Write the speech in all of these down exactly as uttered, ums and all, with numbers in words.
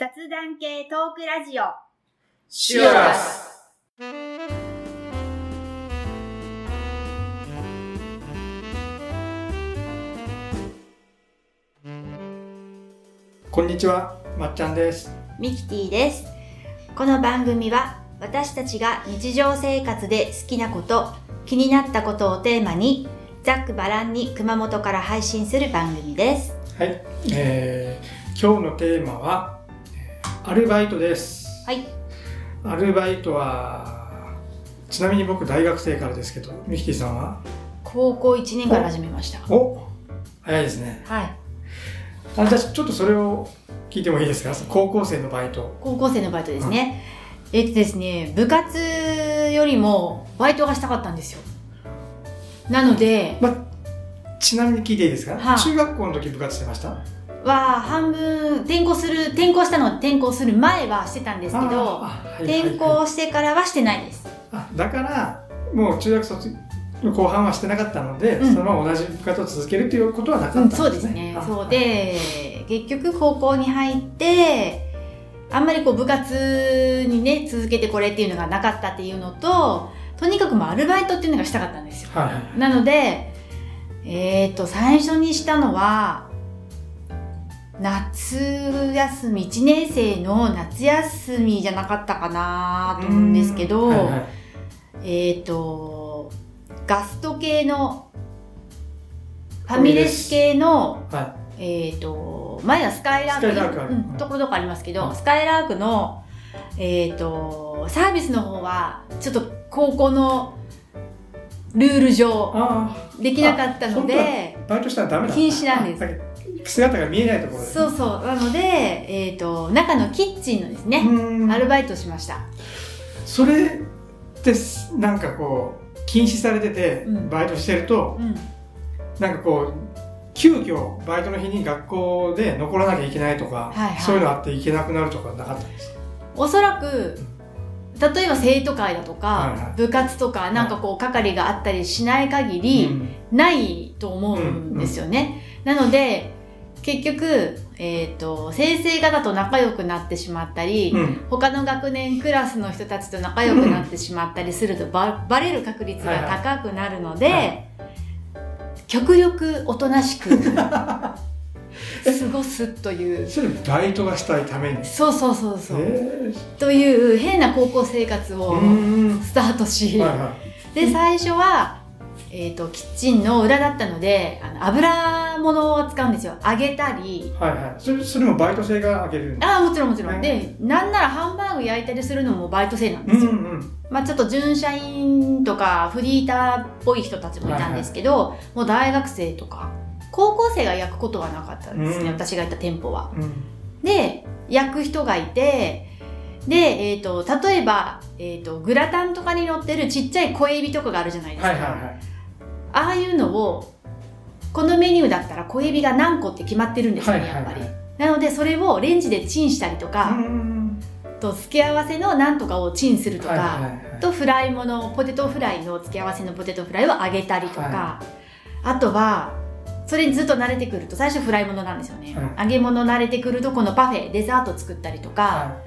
雑談系トークラジオシュアス。こんにちは、まっちゃんです。 ミキティです。この番組は私たちが日常生活で好きなこと、気になったことをテーマにざっくばらんに熊本から配信する番組です。 はい、えー、今日のテーマはアルバイトです。 はい。 アルバイトはちなみに僕大学生からですけど、ミキティさんは高校いちねんから始めました。 お、お早いですね。 はい。 私ちょっとそれを聞いてもいいですか？高校生のバイト。 高校生のバイトですね。うん、えっとですね、部活よりもバイトがしたかったんですよ。なので、 ま、ちなみに聞いていいですか？ はあ、 中学校の時部活してました？ は半分転校する転校したの転校する前はしてたんですけど、はいはいはい、転校してからはしてないです。 あ、だからもう中学卒の後半はしてなかったので、うん、そのまま同じ部活を続けるということはなかったんですね。うん、そうですね。そうで、結局高校に入ってあんまりこう部活にね続けてこれっていうのがなかったっていうのと、とにかくもうアルバイトっていうのがしたかったんですよ。はいはい、なので、えっと最初にしたのは夏休みいちねん生の夏休みじゃなかったかなと思うんですけど、はいはい、えっとガスト系のファミレス系の、はい、えっと前はスカイラーク、 スカイラーク、 うん、ところどころありますけど、はい、スカイラークのえっとサービスの方はちょっと高校のルール上できなかったので、 バイトしたらダメだ、 禁止なんです。 姿が見えないところです、 ね、そうそう。なので、えっと中のキッチンのですね、アルバイトしました。 それってなんかこう禁止されてて、うん、バイトしてると、うん、なんかこう急遽バイトの日に学校で残らなきゃいけないとか、はいはい、そういうのあって行けなくなるとかなかったんですか？ おそらく例えば生徒会だとか、はいはい、部活とかなんかこう係があったりしない限り、うん、ないと思うんですよね。うんうん、なので結局、えーと、先生方と仲良くなってしまったり、うん、他の学年クラスの人たちと仲良くなってしまったりすると、うん、バ, バレる確率が高くなるので、はいはい、極力おとなしく過ごすという。 それバイトがしたいために。 そうそうそうそう。という変な高校生活をスタートし、はいはい、で最初はえーと、キッチンの裏だったので、あの油物を使うんですよ。揚げたり。 はいはい。それ、それもバイト制が揚げるんですか？ ああ、もちろんもちろん。はい、で、なんならハンバーグ焼いたりするのもバイト制なんですよ。うんうん、まあちょっと準社員とかフリーターっぽい人たちもいたんですけど、はいはい、もう大学生とか、高校生が焼くことはなかったんですね。うん、私が行った店舗は。うん、で、焼く人がいて、で、えっと、例えば、えっと、グラタンとかに乗ってるちっちゃい小エビとかがあるじゃないですか。はいはいはい、ああいうのをこのメニューだったら小エビが何個って決まってるんですよね、はいはいはい、やっぱり。なのでそれをレンジでチンしたりとか、と付け合わせのなんとかをチンするとか、はいはいはい、とフライものポテトフライの付け合わせのポテトフライを揚げたりとか、はい、あとはそれにずっと慣れてくると最初フライものなんですよね、はい、揚げ物慣れてくるとこのパフェデザート作ったりとか、はい、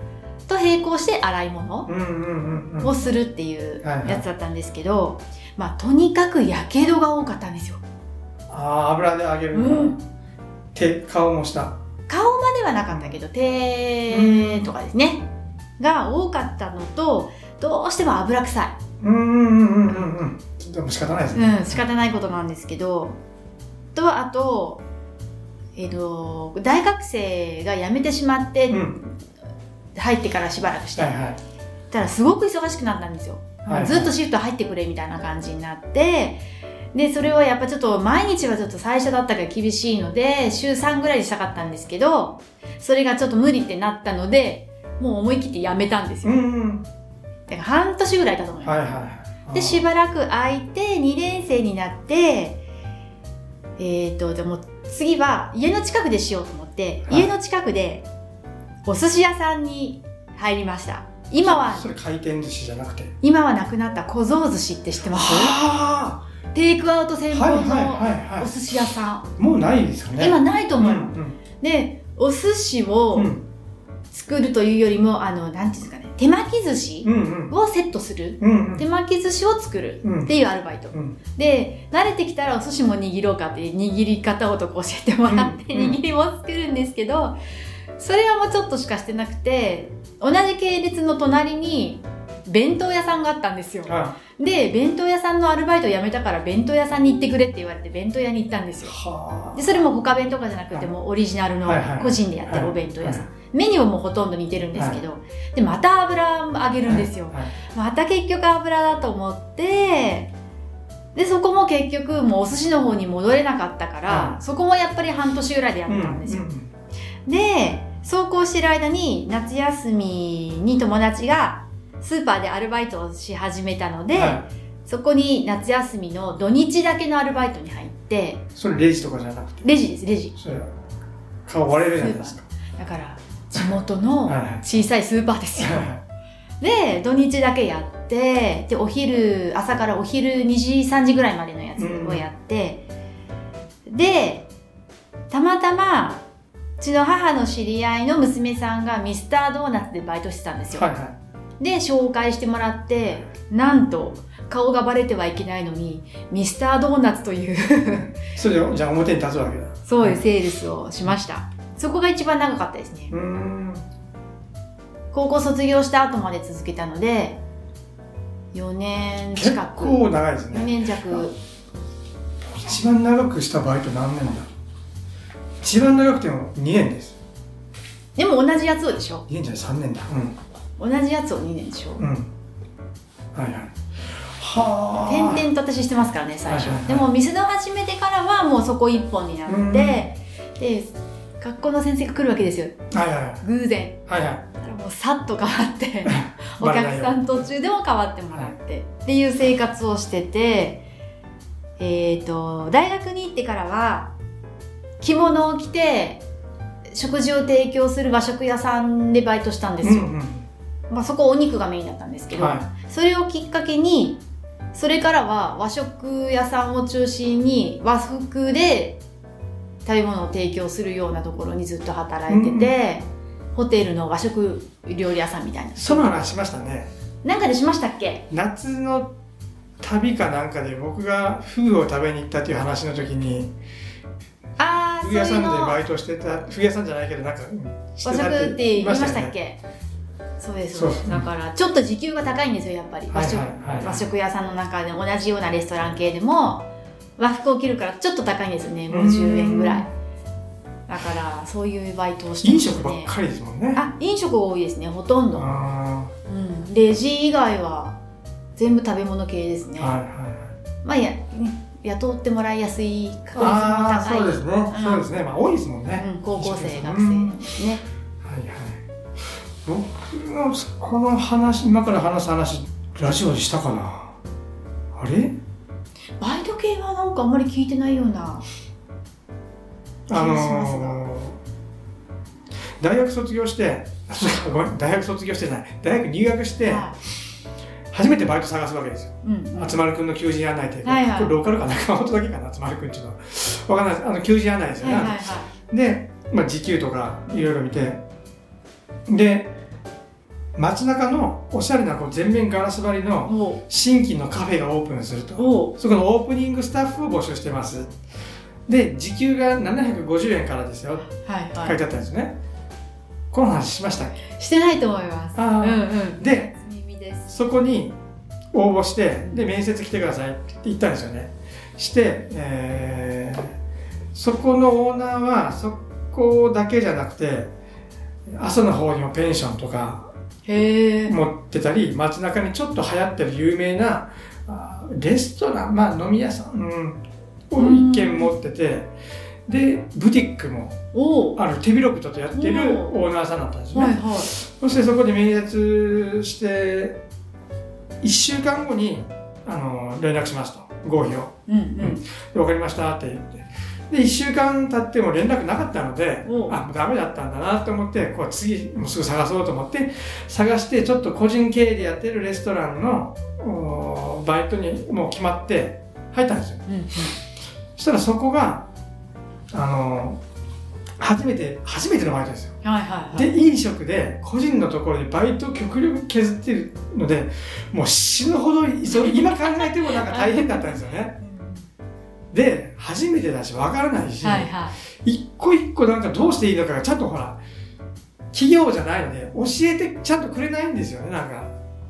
と並行して洗い物をするっていうやつだったんですけど、はいはい、まあ、とにかくやけどが多かったんですよ。 ああ、油で揚げるの、うん、手、顔もした顔まではなかったけど手とかですね、が多かったのと、どうしても油臭い。 うんうんうんうんうん。でも仕方ないですね。 うん、仕方ないことなんですけど、とあと、えっと大学生が辞めてしまって、うん、入ってからしばらくして、はいはい、たらすごく忙しくなったんですよ。はいはい、ずっとシフト入ってくれみたいな感じになって、でそれをやっぱちょっと毎日はちょっと最初だったから厳しいので週さんぐらいにしたかったんですけど、それがちょっと無理ってなったのでもう思い切って辞めたんですよ。うんうん、だから半年ぐらいだと思います。はいはい、でしばらく空いてにねん生になって、えーとでも次は家の近くでしようと思って、はい、家の近くでお寿司屋さんに入りました。今はそ, それ回転寿司じゃなくて今はなくなった小僧寿司って知ってます？テイクアウト専門のお寿司屋さん、 もうないですかね。 今ないと思う、うんうん、でお寿司を作るというよりも、あの、なんていうんですかね、手巻き寿司をセットする。 うんうん、 手巻き寿司を作るっていうアルバイト。うん、で、慣れてきたらお寿司も握ろうかって握り方をと教えてもらって、うんうん、握りも作るんですけど、それはもうちょっとしかしてなくて、同じ系列の隣に弁当屋さんがあったんですよ。 ああで、弁当屋さんのアルバイトを辞めたから弁当屋さんに行ってくれって言われて弁当屋に行ったんですよ。で、それも他弁とかじゃなくてもオリジナルの個人でやってるお弁当屋さん。メニューもほとんど似てるんですけど、で、また油揚げるんですよ。また結局油だと思って、で、そこも結局もうお寿司の方に戻れなかったから、そこもやっぱり半年ぐらいでやめたんですよ。で、そうこうしてる間に夏休みに友達がスーパーでアルバイトをし始めたので、はい、そこに夏休みの土日だけのアルバイトに入って。 それレジとかじゃなくて？ レジです、レジ。 それ顔割れるじゃないですか。 だから地元の小さいスーパーですよ。で、土日だけやって、で、お昼、朝からお昼にじ、さんじぐらいまでのやつをやって、うん、で、たまたまうちの母の知り合いの娘さんがミスタードーナツでバイトしてたんですよ。 はいはい、 で、紹介してもらって、なんと顔がバレてはいけないのにミスタードーナツというそれでじゃあ表に立つわけだ。 そういうセールスをしました。そこが一番長かったですね。 うーん、 高校卒業した後まで続けたのでよねん近く。 結構長いですね。 よねん弱。 一番長くしたバイト何年だ。一番長くてもにねんです。 でも同じやつをでしょ。 にねんじゃない、さんねんだ。 うん、同じやつをにねんでしょ。 うん、はいはい。はあ。転々と私してますからね、最初。はいはいはい、でも店の始めてからはもうそこ一本になって、うん、で学校の先生が来るわけですよ。 はいはいはい、 偶然。 はいはい。 だからもうさっと変わってお客さん途中でも変わってもらって、はい、っていう生活をしてて、えっと大学に行ってからは着物を着て食事を提供する和食屋さんでバイトしたんですよ。うんうん、まあ、そこお肉がメインだったんですけど、はい、それをきっかけにそれからは和食屋さんを中心に和服で食べ物を提供するようなところにずっと働いてて、うん、ホテルの和食料理屋さんみたいな。 その話しましたね。 なんかでしましたっけ？ 夏の旅かなんかで僕がフグを食べに行ったっていう話の時に、 あフグ屋さんでバイトしてた、フグ屋さんじゃないけどなんか和食って言いましたっけ？そうです。そうです。だからちょっと時給が高いんですよ、やっぱり。和食、和食屋さんの中で同じようなレストラン系でも和服を着るからちょっと高いんですよね、ごじゅうえんぐらい。だからそういうバイトをしてますね。 飲食ばっかりですもんね。 あ、飲食多いですね、ほとんど。うん、レジ以外は全部食べ物系ですね。 はいはいはい。 まあや、ね、雇ってもらいやすい確率も高い。 そうですね、うん、そうですね。まあ多いですもんね。 うん、高校生、学生ですね。 はいはい。僕のこの話、今から話す話、ラジオでしたかな。あれ？バイト系はなんかあんまり聞いてないような気がしますが。あのー、 大学卒業して、ごめん、大学卒業してない、大学入学して、はい、初めてバイト探すわけですよ。うんうん、あつまるくんの求人案内って、はいはい、これローカルかな、熊本だけかな、あつまるくんちの。わかんないです。あの求人案内ですよね。はいはいはい、で、まあ、時給とかいろいろ見て、で、街中のおしゃれなこう全面ガラス張りの新規のカフェがオープンすると、そこのオープニングスタッフを募集してます。で、時給がななひゃくごじゅうえんからですよ、はいはい、書いてあったんですね。この話しましたっけ？ してないと思います。あ、うんうん、 で、そこに応募して、で面接来てくださいって言ったんですよね。して、えー、そこのオーナーはそこだけじゃなくて朝の方にもペンションとか持ってたり、街中にちょっと流行ってる有名なレストラン、まあ飲み屋さん、うん、を一軒持ってて、でブティックもある手広くちょっとやってるオーナーさんだったんですね。はいはい、そしてそこで面接していっしゅうかんごにあの連絡しますと、合否を、うんうん、分かりましたって言って、でいっしゅうかん経っても連絡なかったので、あ、もうダメだったんだなと思って、こう次もうすぐ探そうと思って探して、ちょっと個人経営でやってるレストランのバイトにもう決まって入ったんですよ。うんうん、そしたらそこがあの初めて初めてのバイトですよ、 はいはいはい、 で飲食で個人のところでバイトを極力削ってるのでもう死ぬほどそれ今考えてもなんか大変だったんですよねで初めてだし分からないし、はいはい、一個一個なんかどうしていいのかがちゃんとほら企業じゃないので教えてちゃんとくれないんですよねなんか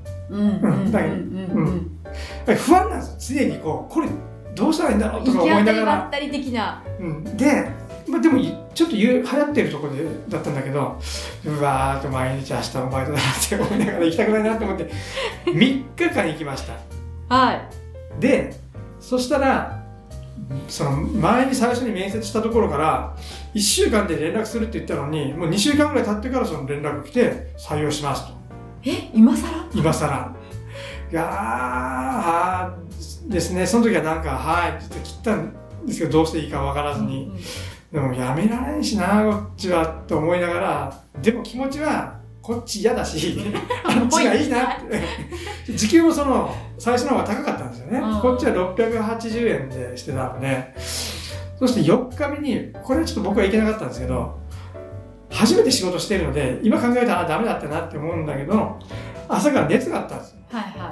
不安なんですよ常にこうこれどうしたらいいんだろうとか思いながら行き当たりばったり的な、 うん、でまあ、でもちょっと流行ってるところでだったんだけどうわーっと毎日明日もバイトだなって思いながら行きたくないなって思ってみっかかん行きましたはいでそしたらその前に最初に面接したところからいっしゅうかんで連絡するって言ったのにもうにしゅうかんぐらい経ってからその連絡来て採用しますとえ今更今更いやーですねその時はなんかはいって言って切ったんですけどどうしていいか分からずに、うんうんでもやめられんしなこっちはと思いながらでも気持ちはこっち嫌だしあっちがいいなって時給もその最初の方が高かったんですよねこっちはろっぴゃくはちじゅうえんでしてたのでそしてよっかめにこれはちょっと僕は行けなかったんですけど初めて仕事しているので今考えたらダメだったなって思うんだけど朝から熱があったんですよ、はいはい、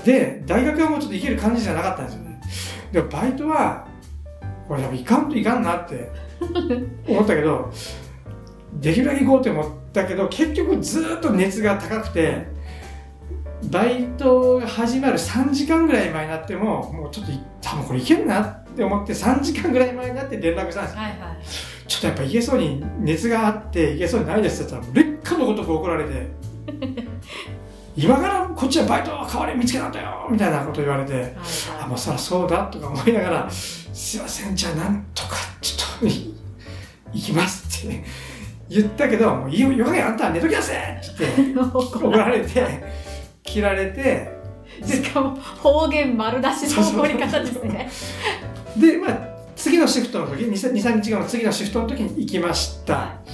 で大学はもうちょっと行ける感じじゃなかったんですよねでもバイトはこれでもいかんといかんなって思ったけどできるだけ行こうって思ったけど結局ずっと熱が高くてバイトが始まるさんじかんぐらい前になってももうちょっと多分これいけるなって思ってさんじかんぐらい前になって連絡したんですよ、はいはい、ちょっとやっぱいけそうに熱があっていけそうにないですって言ったら劣化のごとく怒られて今からこっちはバイト代わり見つけたんだよみたいなこと言われて、はいはい、あもうそりゃそうだとか思いながらすいませんじゃあなんとかちょっと行きますって言ったけどもういいよよかげあんたは寝ときなさいって言って怒られて切られてしかも方言丸出しの怒り方ですねでまあ次のシフトの時にさんにちごの次のシフトの時に行きました、はい、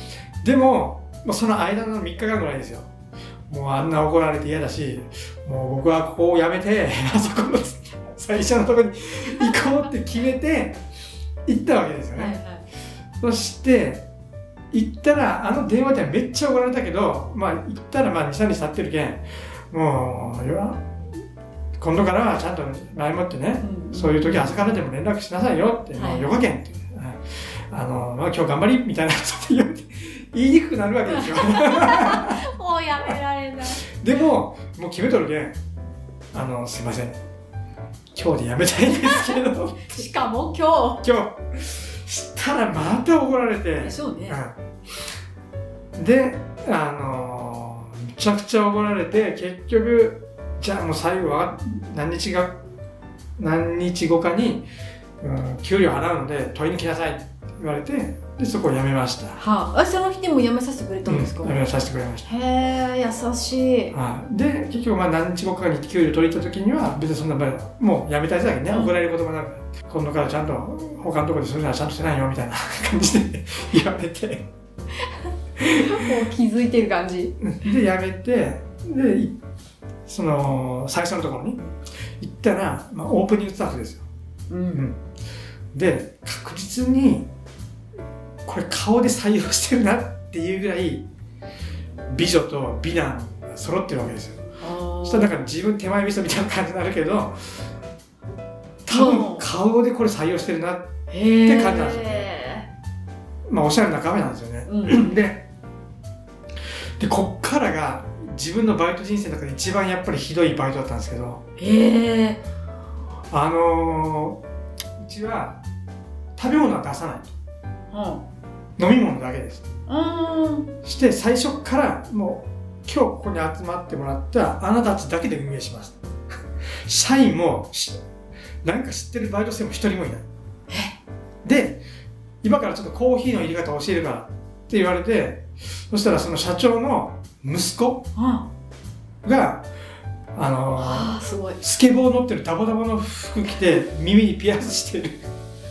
でももうその間のみっかかんぐらいですよもうあんな怒られて嫌だしもう僕はここをやめてあそこの最初のところに行こうって決めて行ったわけですよね、はいはい、そして行ったらあの電話ではめっちゃ怒られたけどまあ行ったらまあにさんにち経ってるけんもう今度からはちゃんと前もってね、うん、そういう時朝からでも連絡しなさいよって、はい、もうよかけんって、あの、まあ、今日頑張りみたいなこと言って言いにくくなるわけですよもうやめられないでももう決めとるけんあのすいません今日でやめたいんですけどしかも今日今日したらまた怒られてでしょうね、 うん、であのめちゃくちゃ怒られて結局じゃあもう最後は何日が何日後かに、うん、給料払うので取りに来なさいって言われてでそこを辞めました。 はあ、その日でも辞めさせてくれたんですか？ うん、辞めさせてくれました。 へえ、優しい。 はあ、で結局まあ何日後かに給料取りに行った時には別にそんなもう辞めたいだけね、うん、怒られることもなく今度からちゃんと他のところでするならちゃんとしてないよみたいな感じで言われてもう気づいてる感じで辞めてでその最初のところに行ったら、まあ、オープニングスタッフですよ、うんうん、で確実にこれ顔で採用してるなっていうぐらい美女と美男が揃ってるわけですよ。そしたらなんか自分手前味噌みたいな感じになるけど多分顔でこれ採用してるなって感じなんですよね。まあおしゃれなカフェなんですよね、うん、で, でこっからが自分のバイト人生の中で一番やっぱりひどいバイトだったんですけど、 へあのー、うちは食べ物は出さないと、うん、飲み物だけです。うんして最初からもう今日ここに集まってもらったあなたたちだけで運営します社員も何か知ってるバイト生も一人もいない。で今からちょっとコーヒーの入れ方を教えるからって言われて、そしたらその社長の息子が、うん、あのー、 すごいスケボー乗ってるダボダボの服着て耳にピアスしてる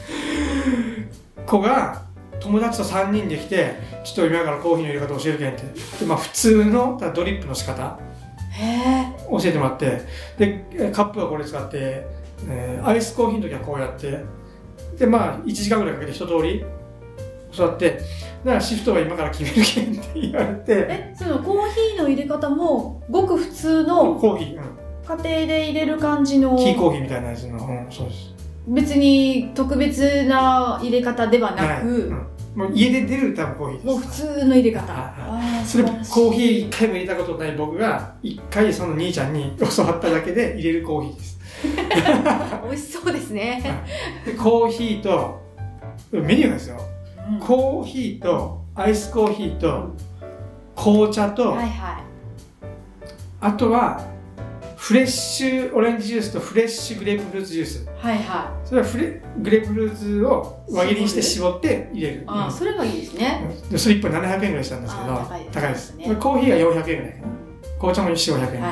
子が友達とさんにんで来てちょっと今からコーヒーの入れ方教えるけんってで、まあ、普通のドリップの仕方教えてもらって、でカップはこれ使って、えー、アイスコーヒーの時はこうやってでまあいちじかんぐらいかけて一通り教わって、だからシフトは今から決めるけんって言われて。 え、そのコーヒーの入れ方もごく普通のコーヒー、うん、 家庭で入れる感じのキーコーヒーみたいなやつの、うん、そうです。 別に特別な入れ方ではなく、 うん、もう家で出る多分コーヒーです。 もう普通の入れ方。 ああ、それコーヒー一回も入れたことない僕が一回その兄ちゃんに教わっただけで入れるコーヒーです。 美味しそうですね。 でコーヒーとメニューがですよ、うん、コーヒーとアイスコーヒーと紅茶と、はいはい、あとはフレッシュオレンジジュースとフレッシュグレープフルーツジュース。はいはい。それはフレグレープフルーツを輪切りにして絞って入れる。 ああ、うん、それはいいですね。 でそれいっぽんななひゃくえんぐらいしたんですけど、高いです、高いです。コーヒーがよんひゃくえんぐらいかな。紅茶もよんひゃく、ごひゃくえん。はいはい。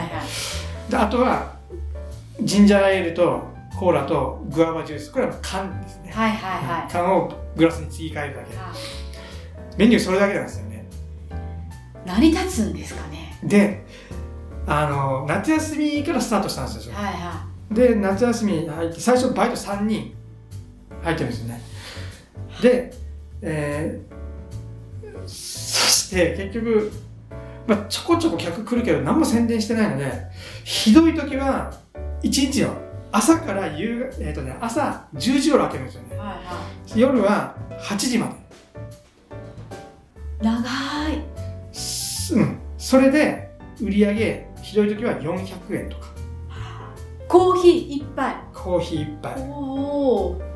であとはジンジャーエールとコーラとグアバジュース。これは缶ですね。はいはいはい。缶をグラスに継ぎ替えるだけ。はい、メニューそれだけなんですよね。 成り立つんですかね。 で。あの夏休みからスタートしたんですよ。はいはい、で夏休み入って最初バイトさんにん入ってるんですよね。で、えー、そして結局、まあ、ちょこちょこ客来るけど何も宣伝してないので、ひどい時はいちにちの朝から夕、えーとね、朝じゅうじ頃開けるんですよね。はいはい、夜ははちじまで。 長い。 うん、それで売り上げひどい時はよんひゃくえんとか。 コーヒー一杯。 コーヒー一杯。 おー。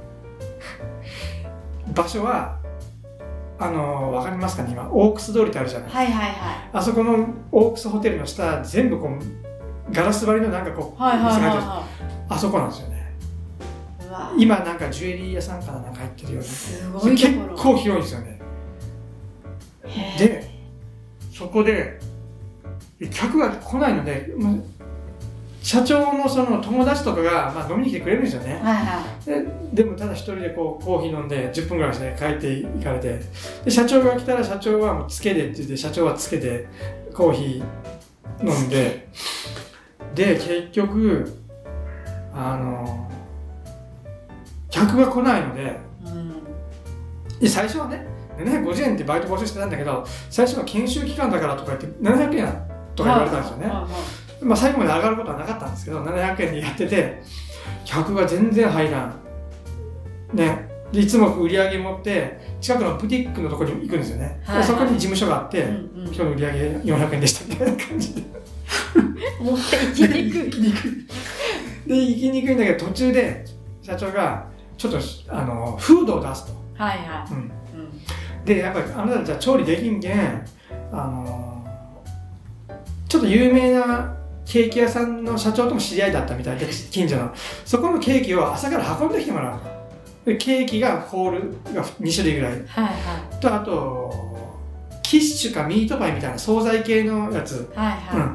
場所はあのわかりますかね、今オークス通りってあるじゃないですか。はいはいはい。あそこのオークスホテルの下全部こうガラス張りのなんかこう、はいはいはいはい、あそこなんですよね。うわ、今なんかジュエリー屋さんかなんか入ってるような。すごいところ。結構広いんですよね。でそこで客が来ないので、社長のその友達とかが、まあ、飲みに来てくれるんですよね。はいはい、で, でもただ一人でこうコーヒー飲んでじゅっぷんぐらいして帰っていかれて、で社長が来たら社長はもうつけでって言って、社長はつけでコーヒー飲んで、で結局あの客が来ないので、うん、で最初はねななひゃくごじゅうえんってバイト募集してたんだけど、最初は研修期間だからとか言ってななひゃくえんとか言われたんですよね。はいはいはい、まあ最後まで上がることはなかったんですけど、ななひゃくえんでやってて客が全然入らんね。でいつも売り上げ持って近くのブティックのところに行くんですよね。はいはい、そこに事務所があって、うんうん、今日の売り上げよんひゃくえんでしたみたいな感じで持って行きにくい行きにくいで行きにくいんだけど、途中で社長がちょっとあのフードを出すと。はいはい、うん、でやっぱりあなたじゃ調理できんけん、あのちょっと有名なケーキ屋さんの社長とも知り合いだったみたいで、近所のそこのケーキを朝から運んできてもらう。でケーキがホールがに種類ぐらい、はいはい、とあとキッシュかミートパイみたいな惣菜系のやつ、はいはい、うん、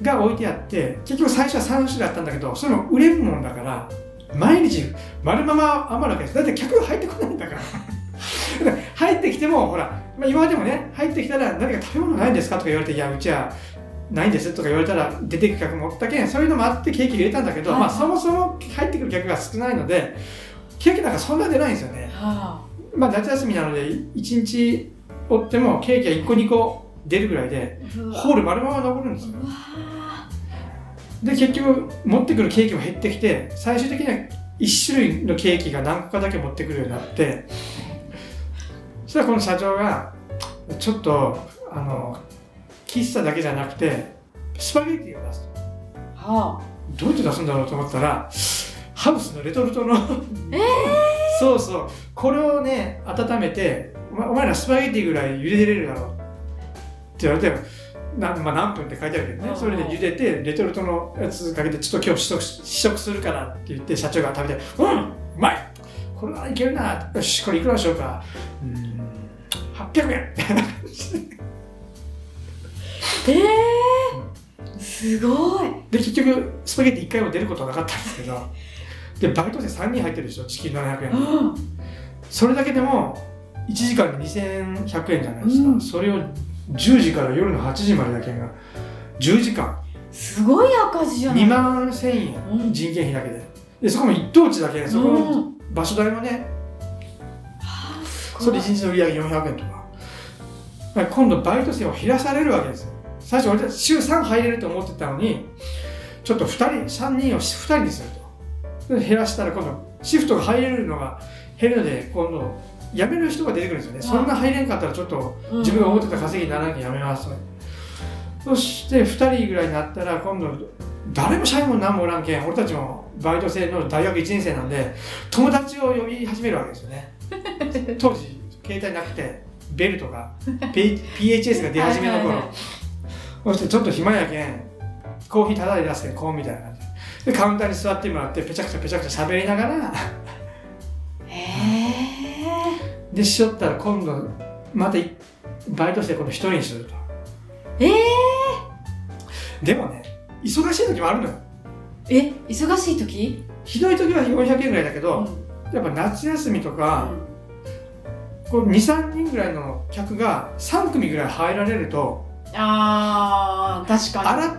が置いてあって、結局最初はさん種類あったんだけど、それも売れるもんだから毎日丸まま余るわけです。だって客が入ってこないんだから入ってきてもほら、まあ、今までもね入ってきたら何か食べ物ないんですかとか言われて、いやうちはないんですとか言われたら出ていく客もおったけん、そういうのもあってケーキ入れたんだけど、はい、まあそもそも入ってくる客が少ないのでケーキなんかそんな出ないんですよね。はあ、まあ夏休みなのでいちにちおってもケーキがいっこにこ出るぐらいでホール丸まま残るんですよ。で結局持ってくるケーキも減ってきて、最終的にはいち種類のケーキが何個かだけ持ってくるようになって、そしたらこの社長がちょっとあの喫茶だけじゃなくてスパゲッティを出すと。はあ、どうやって出すんだろうと思ったらハウスのレトルトのえー、そうそうこれをね温めて、お前らスパゲッティぐらい茹でれるだろうって言われて、な、まあ、何分って書いてあるけどね、それで茹でてレトルトのやつかけてちょっと今日試食、試食するからって言って社長が食べて、うんうまいこれはいけるな、よしこれいくらでしょうか、うーんはっぴゃくえんみたいな感じでえー、すごい。 で結局スパゲッティいっかいも出ることはなかったんですけどでバイト生さんにん入ってるでしょ、チキンななひゃくえん、うん、それだけでもいちじかんでにせんひゃくえんじゃないですか、うん、それをじゅうじから夜のはちじまでだけがじゅうじかん、 すごい赤字じゃない。 にまんせんえん、うん、人件費だけで、でそこも一等地だけ、そこの場所代もね、 それいちにちの売り上げよんひゃくえんとか。今度バイト生を減らされるわけですよ。最初俺たち週さん入れると思ってたのに、ちょっとふたり、さんにんをふたりにすると。で減らしたら今度シフトが入れるのが減るので、今度辞める人が出てくるんですよね。そんな入れんかったらちょっと自分が思ってた稼ぎにならなきゃ辞めますと、ね、うん、そしてふたりぐらいになったら今度誰も社員も何もおらんけん、俺たちもバイト生の大学いちねん生なんで友達を呼び始めるわけですよね。当時携帯なくてベルとか ピーエイチエス が出始めの頃、はいはいはい、そしてちょっと暇やけんコーヒータダで出すけんこうみたいな感じでカウンターに座ってもらってペチャクチャペチャクチャ喋りながらへーでしよったら今度またバイト生今度一人にすると。 えー、 でもね忙しい時もあるのよ。 え忙しい時ひどい時はよんひゃくえんぐらいだけど、うん、やっぱ夏休みとか、うん、こうにさんにんぐらいの客がさん組ぐらい入られると、 あー確かに洗って、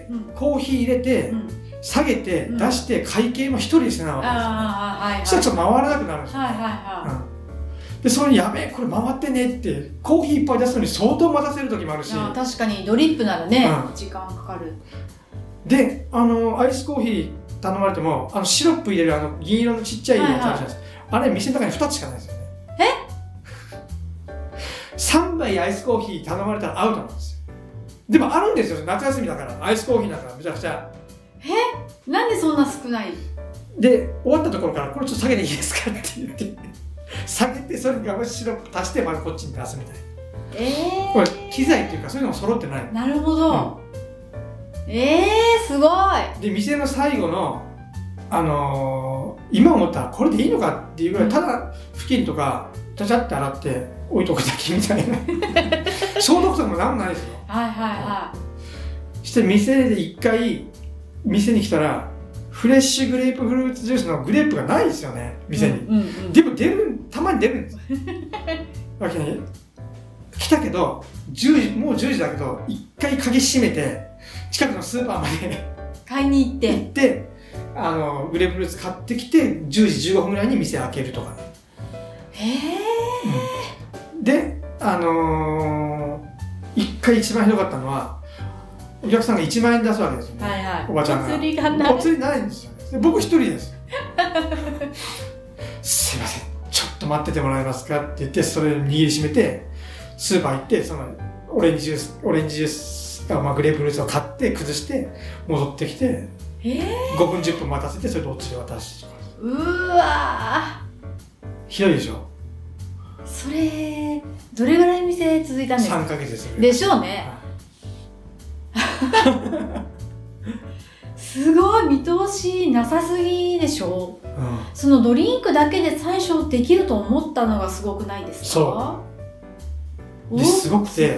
うん、コーヒー入れて、うん、下げて、うん、出して会計も一人でしてなわけですよ、ね、あ、はいはい、そしたらちょっと回らなくなるんですよ、ね、はいはいはい、うん、でそれやべえこれ回ってねってコーヒーいっぱい出すのに相当待たせる時もあるし、 あ確かにドリップならね、うん、時間かかる。 であのアイスコーヒー頼まれてもあのシロップ入れるあの銀色のちっちゃいやつあるじゃないですか、はいはい、あれ店の中にふたつしかないですよね。えさんばいアイスコーヒー頼まれたらアウトなんですよ。でもあるんですよ夏休みだからアイスコーヒーだからめちゃくちゃ。 えなんでそんな少ないで終わったところからこれちょっと下げていいですかって言って下げてそれにシロップ足してまたこっちに出すみたいな。えー、これ機材っていうかそういうのも揃ってない。 なるほど、うん、えーすごい。 で店の最後のあのー、今思ったらこれでいいのかっていうぐらい、うん、ただ布巾とかちゃちゃって洗って置いとくだけみたいな消毒とかもなんもないですよ。 はいはいはい。 して店で一回店に来たらフレッシュグレープフルーツジュースのグレープがないですよね店に、うんうんうん、でも出るたまに出るんですわけに来たけどじゅうじもうじゅうじだけど一回鍵閉めて近くのスーパーまで買いに行って行ってあのグレープフルーツ買ってきてじゅうじじゅうごふんぐらいに店開けるとかね。 へー、 うん、であのー、一回一番ひどかったのはお客さんがいちまんえん出すわけですよね、はいはい、おばちゃんが。お釣りがない。お釣りないんですよね。で僕一人ですすいませんちょっと待っててもらえますかって言ってそれを握りしめてスーパー行ってそのオレンジジュースオレンジジュースあ、まあ、グレープフルーツを買って崩して戻ってきて、えー、ごふんじゅっぷん待たせてそれでお釣り渡してうーわひどいでしょ。 それどれぐらい店続いたんですか。 さんかげつですよね。でしょうね、はい、すごい見通しなさすぎでしょ、うん、そのドリンクだけで最初できると思ったのがすごくないですか。 そうですごくて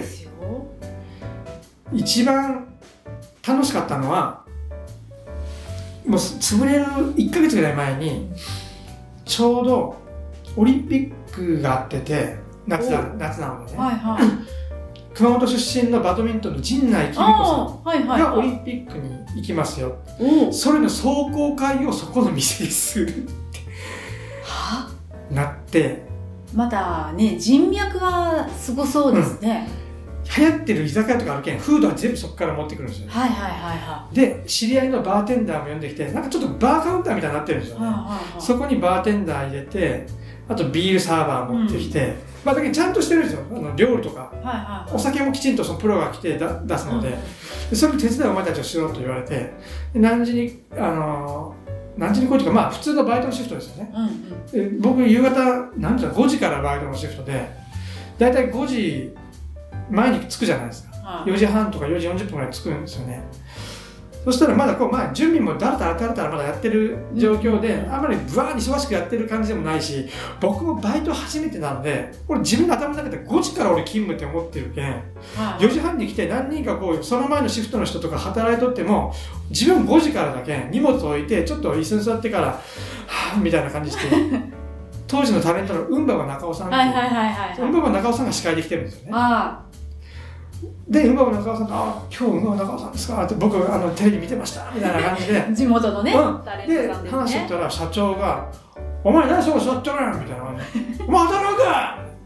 一番楽しかったのはもう潰れるいっかげつぐらい前にちょうどオリンピックがあってて 夏, な夏なのでね、はいはい、熊本出身のバドミントンの陣内貴美子さんがオリンピックに行きますよ、はいはい、それの壮行会をそこの店でするってはなってまたね人脈はすごそうですね、 うん、流行ってる居酒屋とかあるけんフードは全部そこから持ってくるんですよ、 はいはいはいはい、で知り合いのバーテンダーも呼んできてなんかちょっとバーカウンターみたいになってるんですよね、はいはいはい、そこにバーテンダー入れてあとビールサーバー持ってきて、うん、まあだけどちゃんとしてるんですよあの料理とか、はいはいはい、お酒もきちんとそのプロが来てだ出すので、うん、でそれも手伝いお前たちをしろと言われて何時にあの何時に来いというかまあ普通のバイトのシフトですよね、うんうん、で僕夕方何時だごじからバイトのシフトでだいたいごじまえに着くじゃないですか、はい、よじはんとかよじよんじゅっぷんぐらい着くんですよね。そしたらまだこう、まあ、準備もだらだらだらだらまだやってる状況で、うん、あんまりブワーに忙しくやってる感じでもないし僕もバイト初めてなので俺自分の頭の中でごじから俺勤務って思ってるけん、はい、よじはんに来て何人かこうその前のシフトの人とか働いとっても自分ごじからだけん荷物置いてちょっと椅子に座ってからはぁみたいな感じして当時のタレントのウンババ中尾さんって、はいはいはいはい、ウンババ中尾さんが司会で来てるんですよね。あで、ウンババ中尾さんと、あ、今日ウンババ中尾さんですかって僕あのテレビ見てましたみたいな感じで地元のね、 うん、タレントさんですね。で話してたら社長がお前何そこ座ってるやんみたいな感じでお前働くか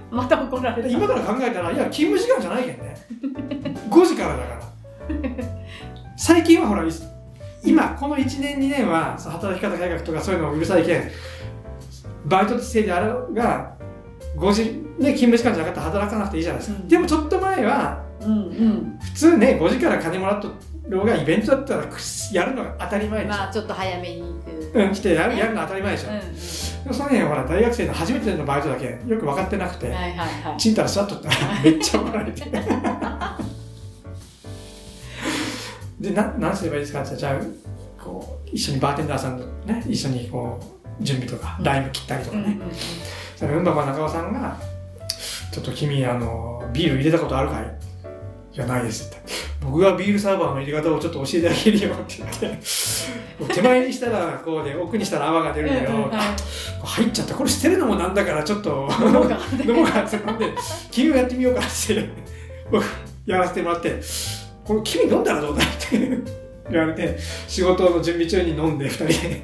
また怒られた。 今から考えたら、いや勤務時間じゃないけんねごじからだから最近はほら今このいちねんにねんは働き方改革とかそういうのをうるさいけんバイト制であるがごじ、ね、勤務時間じゃなかったら働かなくていいじゃないですか、うん、でもちょっと前は、うんうん、普通ねごじから金もらっとろうがイベントだったらやるのが当たり前でしょ。 まあちょっと早めに行く、 うん、来てやる、やるの当たり前でしょ、うんうん、でもその辺ほら大学生の初めてのバイトだけよく分かってなくて、はいはいはい、ちんたら座っとったらめっちゃ怒られてでな何すればいいですかってじゃあこう一緒にバーテンダーさんとね一緒にこう準備とか、うん、ライム切ったりとかね、うんうんうん、それうんばば中尾さんがちょっと君あのビール入れたことあるかい？いやないですって僕がビールサーバーの入れ方をちょっと教えてあげるよって言って手前にしたらこうで奥にしたら泡が出るんだよ、うんうん、入っちゃったこれ捨てるのもなんだからちょっと飲もうか飲もうかって飲んで君もやってみようかって僕やらせてもらってこれ君飲んだらどうだって言われて仕事の準備中に飲んでふたりで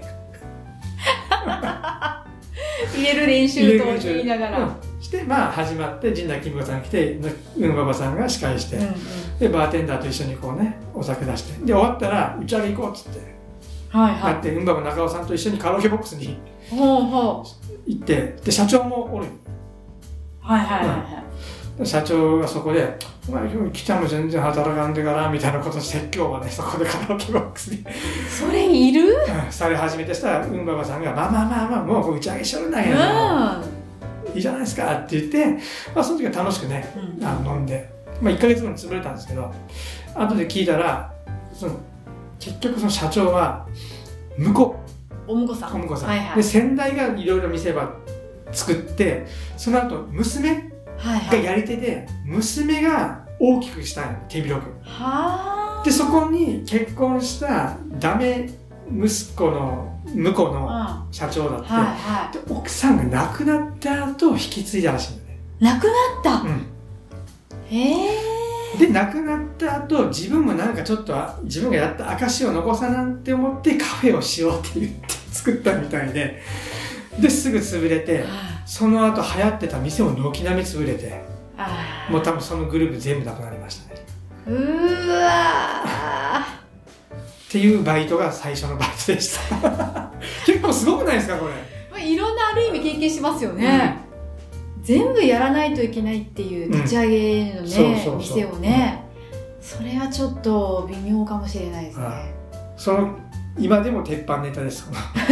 入れる練習と言いながら、うんしてまあ始まって陣内金子さん来てうんばばさんが司会して、うんうん、でバーテンダーと一緒にこうねお酒出してで終わったら打ち上げ行こうっつって、はいはい、やってうんばば中尾さんと一緒にカラオケボックスに行ってで社長もおるはいはいはい、はいうん、社長がそこでお前今日来たも全然働かんでからみたいなこと説教までそこでカラオケボックスにそれいる、 うん、され始めてしたらうんばばさんがまあまあまあまあもう打ち上げしとるんだけど、うんいいじゃないですかって言って、まあ、その時は楽しくね、うん、あの飲んで、まあ、いっかげつごに潰れたんですけど後で聞いたらその結局その社長は婿お婿さん、 お婿さん、はいはい、で先代がいろいろ店ば作ってその後娘がやり手で、はいはい、娘が大きくしたい手広くはでそこに結婚したダメ息子の向こうの社長だって、うんはいはい、で奥さんが亡くなった後引き継いだらしいんだね。 亡くなった、うん、へえ。で亡くなった後自分もなんかちょっと自分がやった証を残さなんて思ってカフェをしようって言って作ったみたいでですぐ潰れて、はあ、その後流行ってた店も軒並み潰れて、あもう多分そのグループ全部なくなりましたね。 うーわーっていうバイトが最初のバイトでした結構すごくないですかこれ。いろんなある意味経験しますよね、うん、全部やらないといけないっていう立ち上げのね、うん、そうそうそう、店をね、うん、それはちょっと微妙かもしれないですね、 はい、その今でも鉄板ネタです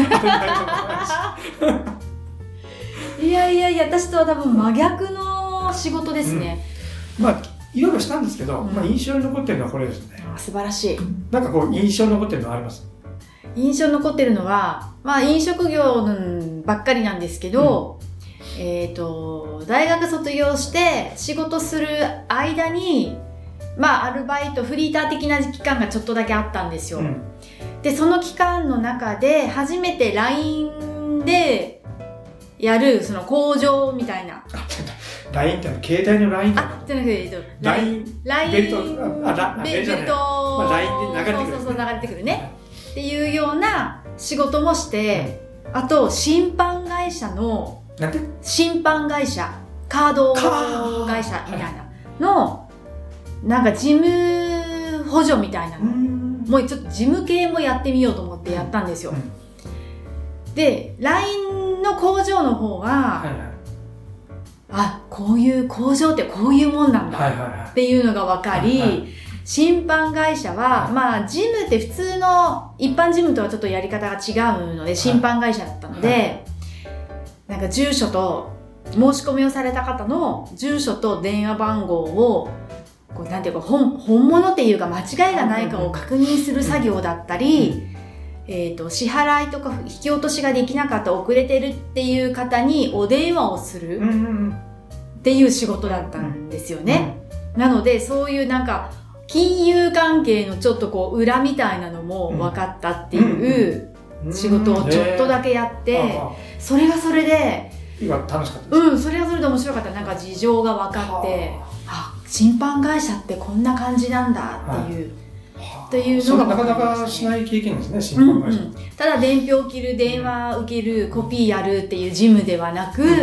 いやいやいや私とは多分真逆の仕事ですね、 うん、まあいろいろしたんですけど、うんまあ、印象に残ってるのはこれですね。 素晴らしい。 なんかこう印象に残ってるのはあります？ 印象に残ってるのは、まあ飲食業ばっかりなんですけど、うん、えっと、大学卒業して仕事する間に、まあアルバイト、フリーター的な期間がちょっとだけあったんですよ。うん、で、その期間の中で初めて ライン でやるその工場みたいな。 ライン って携帯の ラインあ、じゃなくて、 ライン、 ライン、 ベルト、あ、ラベルト、まあ、ライン で流れてくる、ね。 そうそうそう、流れてくるね。っていうような仕事もして、うん、あと、審判会社の、 なんて審判会社、カード会社みたいなの、なんか事務補助みたいなの。もうちょっと事務系もやってみようと思ってやったんですよ。うん、で、ライン の工場の方は、はいはい、あ、こういう工場ってこういうもんなんだっていうのが分かり、はいはいはい、審判会社は、はい、まあ事務って普通の一般事務とはちょっとやり方が違うので審判会社だったので、はいはい、なんか住所と申し込みをされた方の住所と電話番号をこうなんていうか 本, 本物っていうか間違いがないかを確認する作業だったり、うんうんえーと、支払いとか引き落としができなかった遅れてるっていう方にお電話をするっていう仕事だったんですよね、うんうん、なのでそういうなんか金融関係のちょっとこう裏みたいなのも分かったっていう仕事をちょっとだけやって、うんうん、それがそれで今楽しかったです。 うん、それはそれで面白かった。なんか事情が分かってあ、審判会社ってこんな感じなんだっていう、はいというのがなかなかしない経験ですね、審判会社、うんうん、 ただ伝票を切る、電話受ける、コピーやるっていう事務ではなく、うん、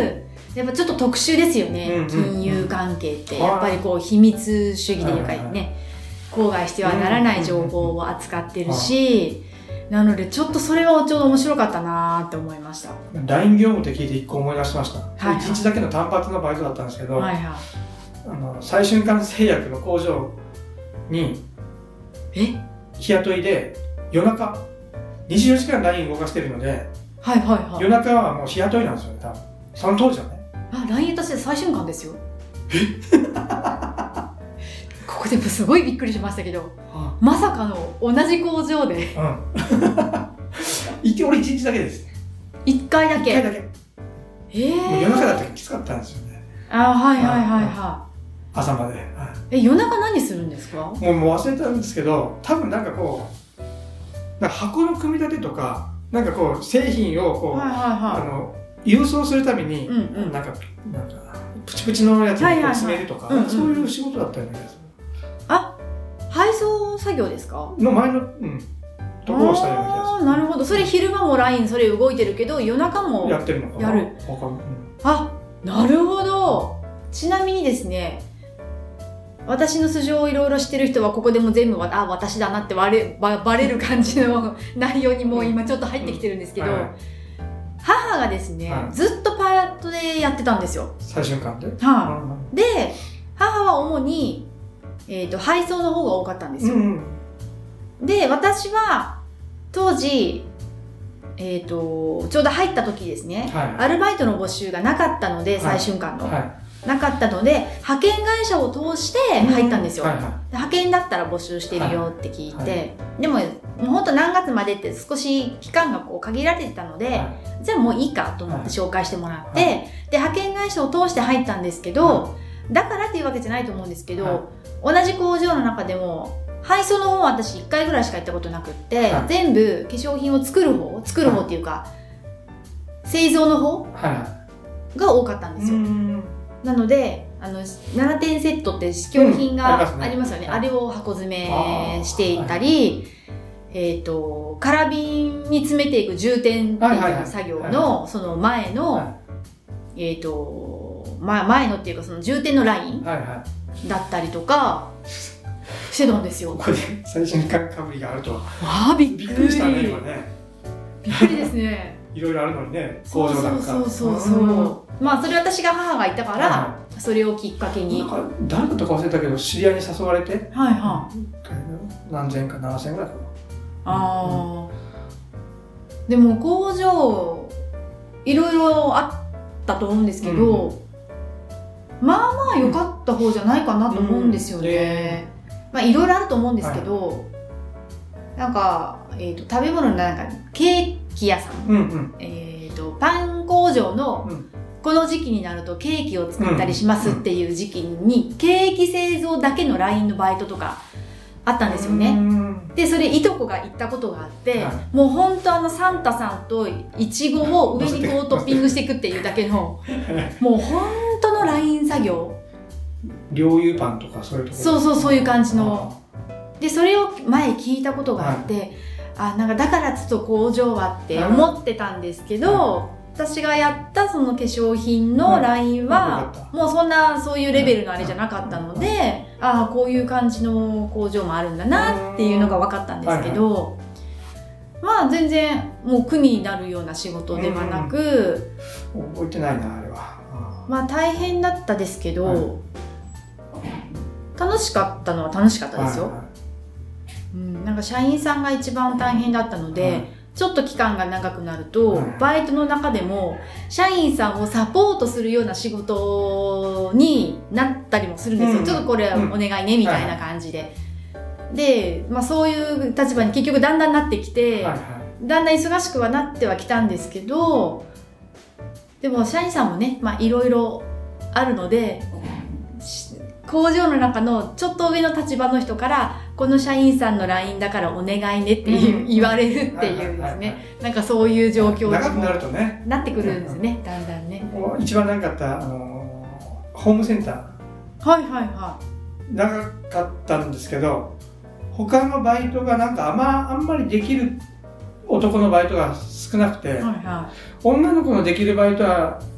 やっぱちょっと特殊ですよね、うんうん、金融関係ってやっぱりこう秘密主義というかね、口外してはならない情報を扱ってるし、なのでちょっとそれはちょうど面白かったなって思いました。 ライン 業務って聞いていっこ思い出しました、はいはい、いちにちだけの単発のバイトだったんですけど、はいはい、あの最瞬間製薬の工場にえ日雇いで夜中にじゅうよじかん ライン 動かしてるので、 はいはいはい、 夜中はもう日雇いなんですよね、多分その当時はね。 あ、ライン 私最瞬間ですよ。ここでもすごいびっくりしましたけど、はあ、まさかの同じ工場で、うん、 俺いちにちだけです。 いっかいだけ。 いっかいだけ。えー、もう夜中だったらきつかったんですよね。 あ、はいはいはいはい。 朝まで。はい、 え、夜中何するんですか？ もう、もう忘れたんですけど、多分なんかこう、なんか箱の組み立てとか、なんかこう製品をこう、はいはいはい、あの郵送するために、うんうん、なんかなんかプチプチのやつに詰めるとか、はいはいはい、そういう仕事だったような気がする。 あ、配送作業ですか？ の前の、うん、ところをしたような気がする。 なるほど。それ昼間もラインそれ動いてるけど夜中もやってるのかな。 やる。 わかんない。 あ、なるほど。ちなみにですね、私の素性をいろいろ知ってる人はここでも全部あ私だなってバレ、バレる感じの内容にもう今ちょっと入ってきてるんですけど、うんうん、はい、母がですね、はい、ずっとパートでやってたんですよ。 最終巻で。はい、 あ、で母は主に、えーと、配送の方が多かったんですよ。うんうん、で私は当時、えーと、ちょうど入った時ですね、はい、アルバイトの募集がなかったので、最終巻の、はいはい、なかったので派遣会社を通して入ったんですよ。はいはい、派遣だったら募集してるよって聞いて、はいはい、でももうほんと何月までって少し期間がこう限られてたので、はい、じゃあもういいかと思って紹介してもらって、はい、で派遣会社を通して入ったんですけど、はい、だからっていうわけじゃないと思うんですけど、はい、同じ工場の中でも配送の方は私いっかいぐらいしか行ったことなくって、はい、全部化粧品を作る方作る方っていうか、はい、製造の方が多かったんですよ。はい、なのであのななてんセットって試供品がありますよね、うん、ありますね。あれを箱詰めしていたり、はい、えーと、カラビンに詰めていく充填っていう作業のその前の、はい、えーと、ま、前のっていうかその充填のラインだったりとかしてたんですよ。 ここで最新刊かぶりがあるとは。 あ、びっくり。 びっくりしたね、今ね。 びっくりですね。 いろいろあるのにね、工場なんか。 そうそうそうそう。まあそれ私が母がいたから、はい、それをきっかけに。 なんか誰だったか忘れたけど知り合いに誘われて、 はいはい。 何千かななせんぐらいかな。 ああ、うん。でも工場いろいろあったと思うんですけど、うん、まあまあ良かった方じゃないかなと思うんですよね。うん、まあいろいろあると思うんですけど、はい、なんか、えーと、食べ物のなんかケーキ屋さん、うんうん、えーと、パン工場の、うん、この時期になるとケーキを作ったりしますっていう時期に、ケーキ製造だけのラインのバイトとかあったんですよね。でそれいとこが行ったことがあって、はい、もうほんとあのサンタさんとイチゴを上にこうトッピングしていくっていうだけのもうほんとのライン作業、 両油パンとかそういうところ、 そうそうそういう感じので、それを前聞いたことがあって、はい、あ、なんかだからちょっと工場はって思ってたんですけど、はい、私がやったその化粧品のラインは、はい、もうそんなそういうレベルのあれじゃなかったので、はい、ああこういう感じの工場もあるんだなっていうのが分かったんですけど、はいはい、まあ全然もう苦になるような仕事ではなく、 覚えてないなあれは。 まあ大変だったですけど、はい、楽しかったのは楽しかったですよ。はいはい、うん、なんか社員さんが一番大変だったので、はい、ちょっと期間が長くなると、はい、バイトの中でも社員さんをサポートするような仕事になったりもするんですよ。うん、ちょっとこれお願いねみたいな感じで、はい、で、まあ、そういう立場に結局だんだんなってきて、はいはい、だんだん忙しくはなってはきたんですけど、でも社員さんもね、まあ、いろいろあるので、工場の中のちょっと上の立場の人からこの社員さんの ライン だからお願いねっていう、うん、言われるっていうですね、なんかそういう状況に長くなるとねなってくるんですね、うん、だんだんね。 一番長かったあのホームセンター、 はいはいはい、 長かったんですけど、他のバイトがなんかあんまあんまりできる男のバイトが少なくて、はいはい、女の子のできるバイトは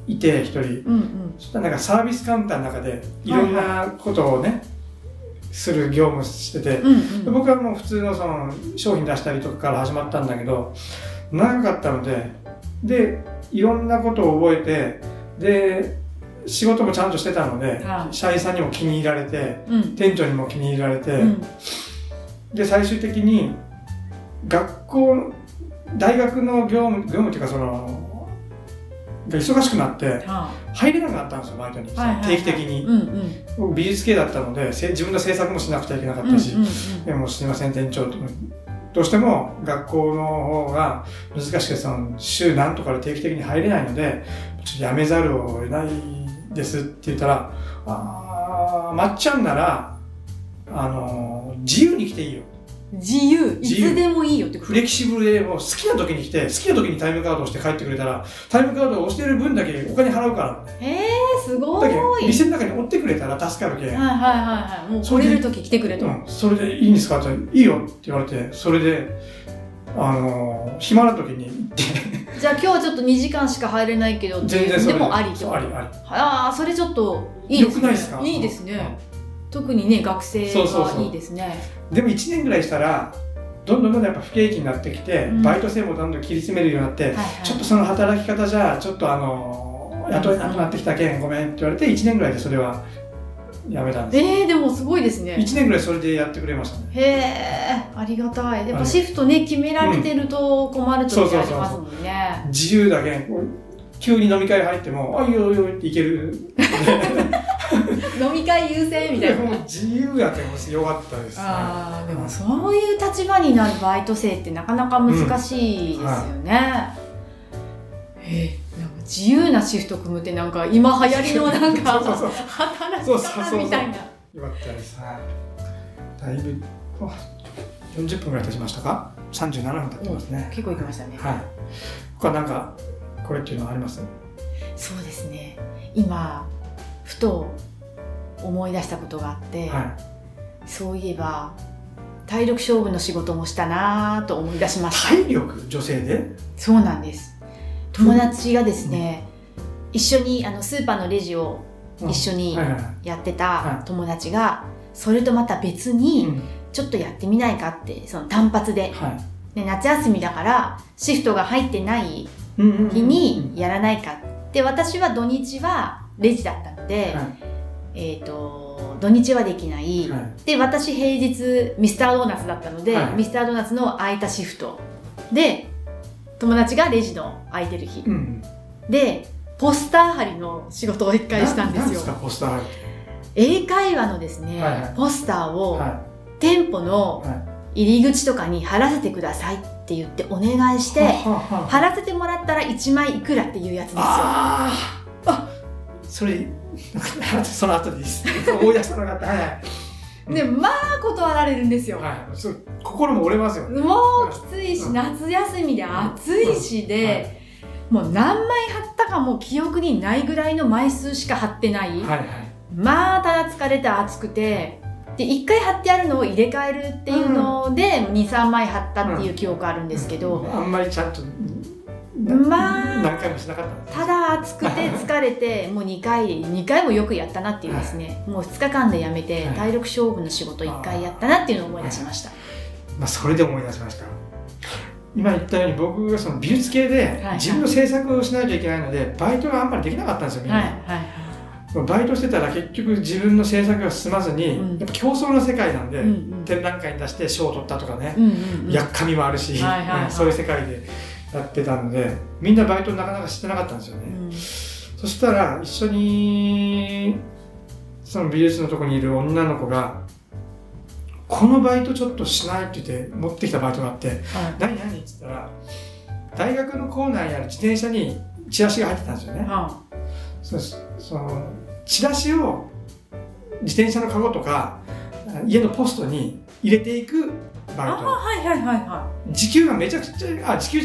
いて一人、うんうん、そしたらなんかサービスカウンターの中でいろんなことをね、はいはい、する業務してて、うんうん、僕はもう普通のその商品出したりとかから始まったんだけど、長かったので、でいろんなことを覚えて、で仕事もちゃんとしてたので、はい、社員さんにも気に入られて、うん、店長にも気に入られて、うん、で最終的に学校大学の業務業務っていうかそのが忙しくなって入れなくなったんですよ、バイトに、はいはいはい、定期的に、うんうん、美術系だったので自分の制作もしなくちゃいけなかったし、うんうんうん、でもすいません店長とどうしても学校の方が難しくてその週何とかで定期的に入れないのでちょっと辞めざるを得ないですって言ったら、あー、まっちゃんならあの自由に来ていいよ。 自由、いつでもいいよってこと。 フレキシブルでもう好きな時に来て、好きな時にタイムカードを押して帰ってくれたら、タイムカードを押してる分だけお金払うから。 へえー、すごい。 だけど店の中に追ってくれたら助かるけ。はいはいはいはい。もう来れる時来てくれと。 うん、それでいいんですかって言ったら、いいよって言われて、それで、あのー、暇な時に行って。 じゃあ今日はちょっとにじかんしか入れないけど、 全然それでもありと。 ありあり。 ああ、それちょっといいですね。 よくないですか？ いいですね。特にね、学生はいいですね。そうそうそう。 でもいちねんぐらいしたら、どんどんどんどんやっぱ不景気になってきて、うん、バイト生もどんどん切り詰めるようになって、はいはい、ちょっとその働き方じゃちょっとあの雇えなくなってきたけんごめんって言われていちねんぐらいでそれはやめたんです。 えー、でもすごいですね。 いちねんぐらいそれでやってくれましたね。 へえ、ありがたい。やっぱシフトね決められてると困る時ありますもんね。 自由だけん急に飲み会入ってもあいいよいいよっていける飲み会優先みたいな。 もう自由やってもよかったです、ね、 ああ、でもそういう立場になるバイト生ってなかなか難しいですよね、うんはい、えー、なんか自由なシフト組むってなんか今流行りのなんかそうそうそう働き方みたいな。 よかったです、はい、だいぶよんじゅっぷんぐらい経ちましたか。さんじゅうななふん経ってますね。 結構いきましたね。 はい。他なんかこれっていうのはあります？ そうですね、今ふと思い出したことがあって、はい、そういえば体力勝負の仕事もしたなと思い出しました。 体力？女性で？ そうなんです。友達がですね、うん、一緒にあのスーパーのレジを一緒にやってた友達がそれとまた別にちょっとやってみないかってその単発で、はい、で夏休みだからシフトが入ってない日にやらないかって私は土日はレジだったので、はい、えーと土日はできない、はい、で私平日ミスタードーナツだったので、はい、ミスタードーナツの空いたシフトで友達がレジの空いてる日、うん、でポスター貼りの仕事を一回したんですよ。 何ですかポスター貼り？ 英会話のですね、はいはい、ポスターを店舗の入り口とかに貼らせてくださいって言ってお願いして、はい、貼らせてもらったらいちまいいくらっていうやつですよ。 ああ、それその後でいいです思い出したのがあった、はいはい、 でまあ断られるんですよ、 はい、そう心も折れますよね。 もうきついし、うん、夏休みで暑いしで、うんはい、もう何枚貼ったかもう記憶にないぐらいの枚数しか貼ってない、はいはい、まあただ疲れて暑くてでいっかい貼ってあるのを入れ替えるっていうので、うん、にさんまい貼ったっていう記憶あるんですけど、 うんうん、あんまりちゃんとまあ何回もしなかったんです。 ただ暑くて疲れてもうにかいにかいもよくやったなっていうですね、はい、もうふつかかんでやめて体力勝負の仕事いっかいやったなっていうのを思い出しました、はいまあ、それで思い出しました。今言ったように僕がその美術系で自分の制作をしないといけないので、はいはい、バイトがあんまりできなかったんですよみんな、はいはいはい、バイトしてたら結局自分の制作が進まずに、うん、やっぱ競争の世界なんで、うんうん、展覧会に出して賞を取ったとかね、うんうんうん、やっかみもあるし、はいはいはい、そういう世界でやってたのでみんなバイトなかなかしてなかったんですよね、うん、そしたら一緒にその美術のとこにいる女の子がこのバイトちょっとしないって言って持ってきたバイトがあって、はい、何何って言ったら大学の構内にある自転車にチラシが入ってたんですよね、はあ、そ, そのチラシを自転車のカゴとか家のポストに入れていくバイト。 あ、はいはいはいはい。 時給がめちゃくちゃあ時給じゃなくて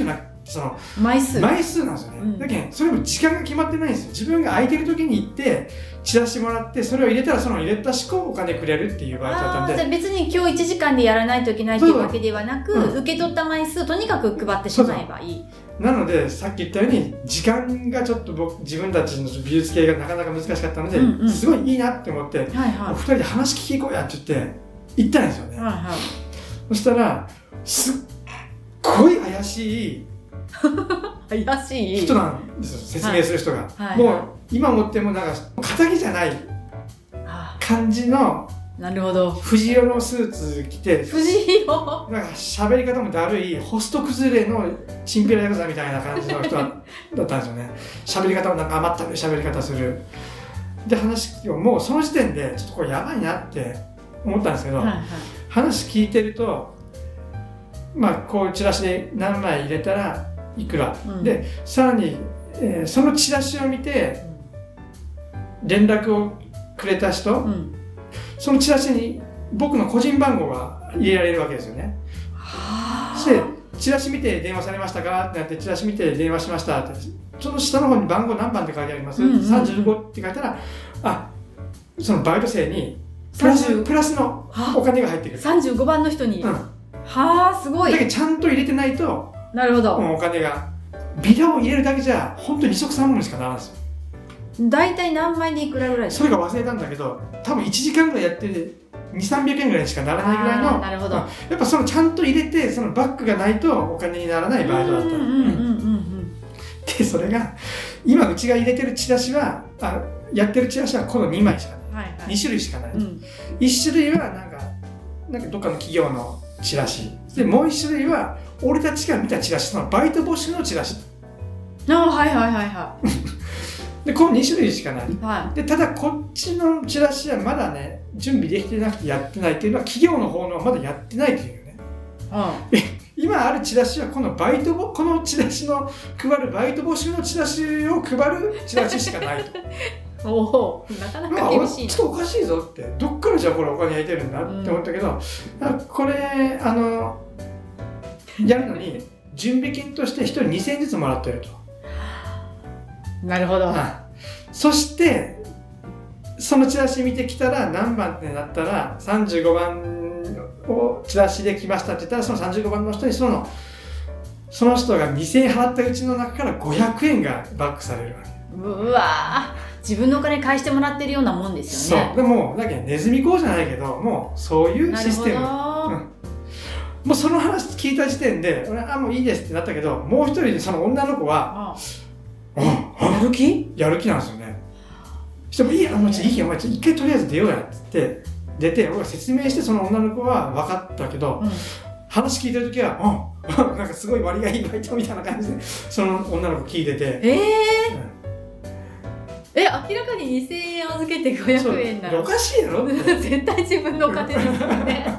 その枚数枚数なんですよね、うん、だけどそれも時間が決まってないんですよ。自分が空いてる時に行ってチラシもらって、それを入れたらその入れたしこお金くれるっていうバイトだったんで。 あ、じゃあ別に今日いちじかんでやらないといけないっていうわけではなく、うん、受け取った枚数とにかく配ってしまえばいい。 なのでさっき言ったように時間がちょっと僕自分たちの美術系がなかなか難しかったので、うんうん、すごいいいなって思って、はいはい、ふたりで話聞きに行こうやって言って行ったんですよね、はいはい、そしたらすっごい怪しい怪しい人なんですよ、説明する人が、はいはいはい、もう今思ってもなんか肩着じゃない感じの、 なるほど、 藤色のスーツ着て、 藤色なんか喋り方もだるいホスト崩れのチンピラヤクザみたいな感じの人だったんですよね。喋り方もなんか甘ったるい喋り方する。で話をもうその時点でちょっとこれやばいなって思ったんですけど、はいはい、話聞いてると、まあこうチラシで何枚入れたらいくら、うん、でさらに、えー、そのチラシを見て連絡をくれた人、うん、そのチラシに僕の個人番号が入れられるわけですよね。でチラシ見て電話されましたかってなって、チラシ見て電話しましたって、その下の方に番号何番って書いてあります、うんうんうん、さんじゅうごって書いたら、あ、そのバイト生にプラス、プラスのお金が入ってくる。 さんじゅうごばんの人に、うん、はあ、すごい。 だけどちゃんと入れてないと、 なるほど、 お金がビラを入れるだけじゃ本当に二足三本しかならないんですよ。 大体何枚でいくらぐらいですか？ それが忘れたんだけど、多分いちじかんぐらいやってにひゃく、さんびゃくえんぐらいしかならないぐらいの。 なるほど。 やっぱそのちゃんと入れて、そのバッグがないとお金にならないバイトだった。で、それが今うちが入れてるチラシは、あ、やってるチラシはこのにまいしかない、はいはい、にしゅるいしかない、うん、いち種類はなんかなんかどっかの企業のチラシで、もういち種類は俺たちが見たチラシ、そのバイト募集のチラシ。 あ、はいはいはいはいでこのに種類しかない、 はい、 でただこっちのチラシはまだね準備できてなくてやってないっていうのは、企業の方のはまだやってないっていうね、うん、今あるチラシはこのバイトこのチラシの配るバイト募集のチラシを配るチラシしかないとおお、なかなか厳しいな。 ちょっとおかしいぞって、どっからじゃあこれお金入れてるんだって思ったけど、うん、これあのやるのに準備金としてひとりにせんえんずつもらってると。 なるほど、 はい、そしてそのチラシ見てきたら何番ってなったらさんじゅうごばんをチラシで来ましたって言ったら、そのさんじゅうごばんの人にそのその人がにせんえん払ったうちの中からごひゃくえんがバックされるわけ。 うわー、自分のお金返してもらってるようなもんですよね。 そうでもだけどネズミ講じゃないけど、もうそういうシステム。なるほど、うん、もうその話聞いた時点で俺はあもういいですってなったけど、もう一人でその女の子は、ああ、 やる気やる気なんですよね。してもいいや、もういいや、お前一回とりあえず出ようやって出て、俺が説明して、その女の子は分かったけど、うん、話聞いてるときは、うん、なんかすごい割がいいバイトみたいな感じでその女の子聞いてて、 えーうん、え、明らかににせんえん預けてごひゃくえんならおかしいやろ絶対自分のお金ですよね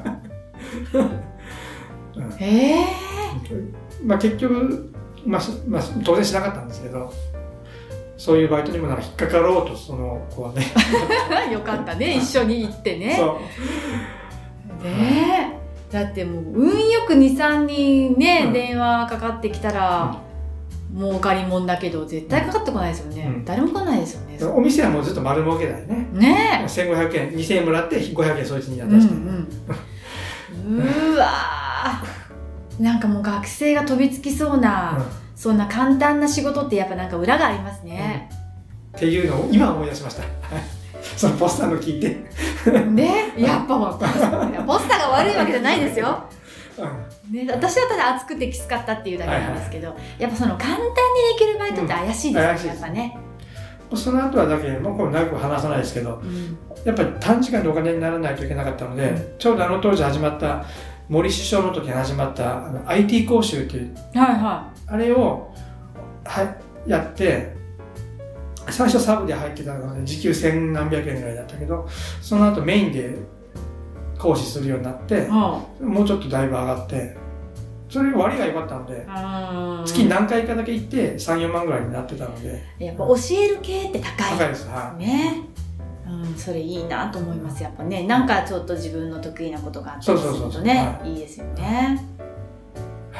うん、えーまあ結局、まあまあ、当然しなかったんですけど、そういうバイトにもなんか引っかかろうとその子はねよかったね、一緒に行ってね。そうねえ、だってもう運よく にさんにんね、うん、電話かかってきたら、うん、もうお借りもんだけど絶対かかってこないですよね、うん、誰も来ないですよね。 お店はもうずっと丸儲けだよね。 ねえ、 せんごひゃくえんにせんえんもらってごひゃくえんそいつに渡して、うんうん、うわー、なんかもう学生が飛びつきそうな、うん、そんな簡単な仕事ってやっぱなんか裏がありますね、 うん、っていうのを今思い出しましたそのポスターの聞いてね、やっぱもうポスターが悪いわけじゃないですよ、うんね、私はただ暑くてきつかったっていうだけなんですけど、はいはい、やっぱその簡単にできるバイトって怪しいですよね、うん、やっぱね。 その後はだけ、もうこれ長く話さないですけど、うん、やっぱり短時間でお金にならないといけなかったので、うん、ちょうどあの当時始まった森首相の時に始まったあの アイティー 講習という、 はいはい、 あれをはやって、最初サブで入ってたので時給千何百円ぐらいだったけど、その後メインで講師するようになって、はあ、もうちょっとだいぶ上がって、それ割が良かったので、月何回かだけ行ってさん、よんまんぐらいになってたので、 やっぱ教える系って高い。 高いです、はい。 ね。うん、それいいなと思います。やっぱね、なんかちょっと自分の得意なことがあったりするとね、いいですよね。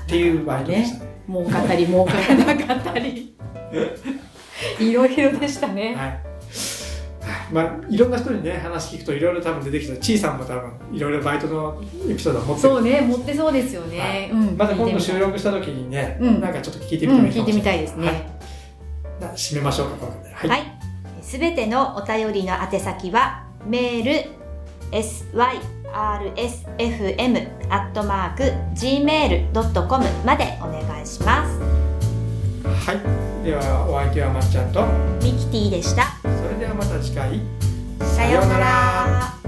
っていうバイトでしたね。 儲かったり儲からなかったりいろいろでしたね。 はい。まあ、いろんな人にね話聞くといろいろ多分出てきた。ちいさんも多分いろいろバイトのエピソードを持ってる。 そうね、持ってそうですよね。はい、うん、 また今度収録した時にね、うん、なんかちょっと聞いてみてもいいかもしれない。うん、聞いてみたいですね。はい、 締めましょうか。 はい。すべ、はい、てのお便りの宛先はメール エスワイアールエスエフエム アットマーク ジーメール ドットコム までお願いします。 はい。ではお相手はまっちゃんとミキティでした。 それではまた次回。 さようなら。